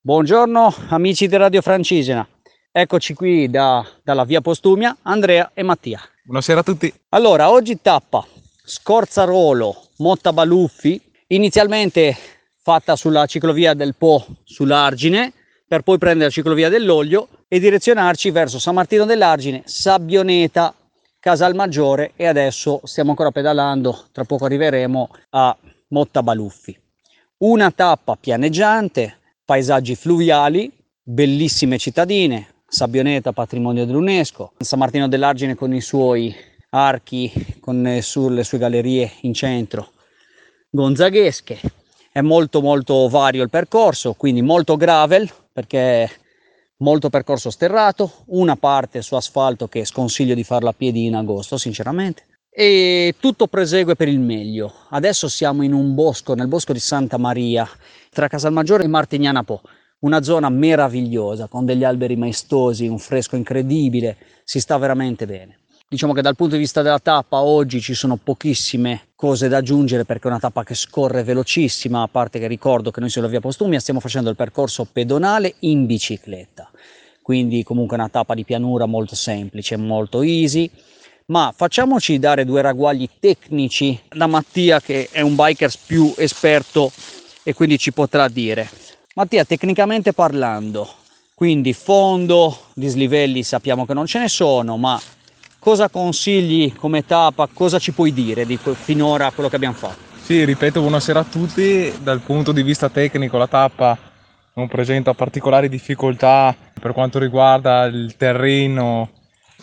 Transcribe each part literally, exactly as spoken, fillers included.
Buongiorno amici di Radio Francigena, eccoci qui da, dalla via Postumia, Andrea e Mattia. Buonasera a tutti. Allora, oggi tappa Scorzarolo Motta Baluffi, inizialmente fatta sulla ciclovia del Po sull'Argine, per poi prendere la ciclovia dell'Oglio e direzionarci verso San Martino dell'Argine, Sabbioneta, Casalmaggiore e adesso stiamo ancora pedalando, tra poco arriveremo a Motta Baluffi. Una tappa pianeggiante, paesaggi fluviali, bellissime cittadine, Sabbioneta patrimonio dell'UNESCO, San Martino dell'Argine con i suoi archi, con le sue gallerie in centro gonzaghesche. È molto molto vario il percorso, quindi molto gravel perché molto percorso sterrato, una parte su asfalto che sconsiglio di farla a piedi in agosto sinceramente, e tutto prosegue per il meglio. Adesso siamo in un bosco, nel bosco di Santa Maria, tra Casalmaggiore e Martignana Po, una zona meravigliosa con degli alberi maestosi, un fresco incredibile, si sta veramente bene. Diciamo che dal punto di vista della tappa oggi ci sono pochissime cose da aggiungere perché è una tappa che scorre velocissima, a parte che ricordo che noi sulla via Postumia stiamo facendo il percorso pedonale in bicicletta, quindi comunque una tappa di pianura molto semplice, molto easy. Ma facciamoci dare due ragguagli tecnici da Mattia, che è un biker più esperto e quindi ci potrà dire. Mattia, tecnicamente parlando, quindi fondo, dislivelli sappiamo che non ce ne sono, ma cosa consigli come tappa, cosa ci puoi dire di finora quello che abbiamo fatto? Sì, ripeto, buonasera a tutti. Dal punto di vista tecnico la tappa non presenta particolari difficoltà per quanto riguarda il terreno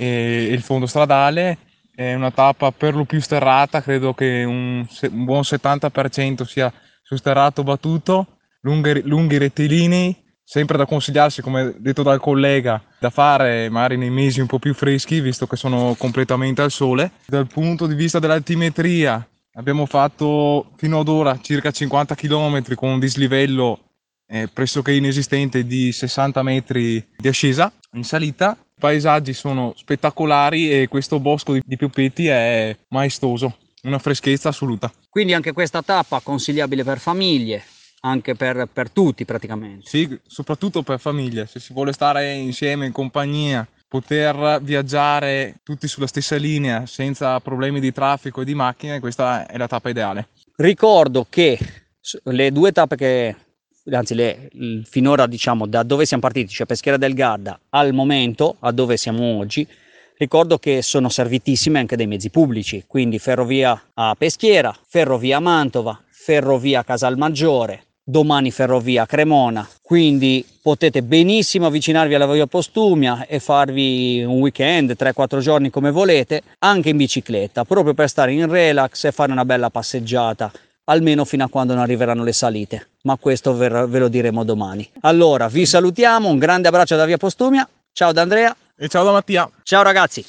e il fondo stradale. È una tappa per lo più sterrata, credo che un, un buon settanta per cento sia su sterrato battuto, lunghi, lunghi rettilinei, sempre da consigliarsi, come detto dal collega, da fare magari nei mesi un po' più freschi, visto che sono completamente al sole. Dal punto di vista dell'altimetria abbiamo fatto fino ad ora circa cinquanta chilometri con un dislivello eh, pressoché inesistente di sessanta metri di ascesa in salita. I paesaggi sono spettacolari e questo bosco di, di Pioppetti è maestoso, una freschezza assoluta. Quindi anche questa tappa consigliabile per famiglie, anche per, per tutti praticamente. Sì, soprattutto per famiglie, se si vuole stare insieme in compagnia, poter viaggiare tutti sulla stessa linea senza problemi di traffico e di macchine, questa è la tappa ideale. Ricordo che le due tappe che, anzi le, finora diciamo da dove siamo partiti, cioè Peschiera del Garda al momento, a dove siamo oggi, ricordo che sono servitissime anche dei mezzi pubblici, quindi ferrovia a Peschiera, ferrovia a Mantova, ferrovia a Casalmaggiore, domani ferrovia a Cremona, quindi potete benissimo avvicinarvi alla via Postumia e farvi un weekend, tre quattro giorni come volete, anche in bicicletta, proprio per stare in relax e fare una bella passeggiata, almeno fino a quando non arriveranno le salite, ma questo ve lo diremo domani. Allora, vi salutiamo, un grande abbraccio da via Postumia, ciao da Andrea e ciao da Mattia. Ciao ragazzi.